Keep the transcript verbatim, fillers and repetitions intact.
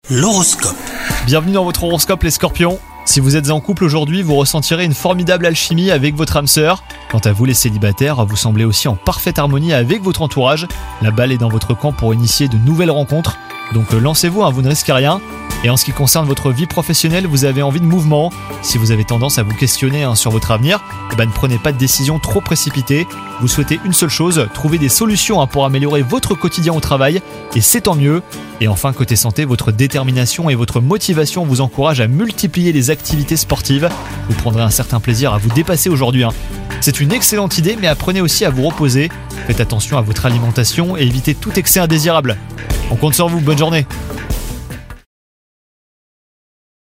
L'horoscope. Bienvenue dans votre horoscope les scorpions. Si vous êtes en couple aujourd'hui, vous ressentirez une formidable alchimie avec votre âme sœur. Quant à vous les célibataires, vous semblez aussi en parfaite harmonie avec votre entourage. La balle est dans votre camp pour initier de nouvelles rencontres. Donc lancez-vous, hein, vous ne risquez rien. Et en ce qui concerne votre vie professionnelle, vous avez envie de mouvement. Si vous avez tendance à vous questionner hein, sur votre avenir, eh ben, ne prenez pas de décision trop précipitée. Vous souhaitez une seule chose, trouver des solutions hein, pour améliorer votre quotidien au travail, et c'est tant mieux. Et enfin, côté santé, votre détermination et votre motivation vous encouragent à multiplier les activités sportives. Vous prendrez un certain plaisir à vous dépasser aujourd'hui. Hein. C'est une excellente idée, mais apprenez aussi à vous reposer. Faites attention à votre alimentation et évitez tout excès indésirable. On compte sur vous, bonne journée.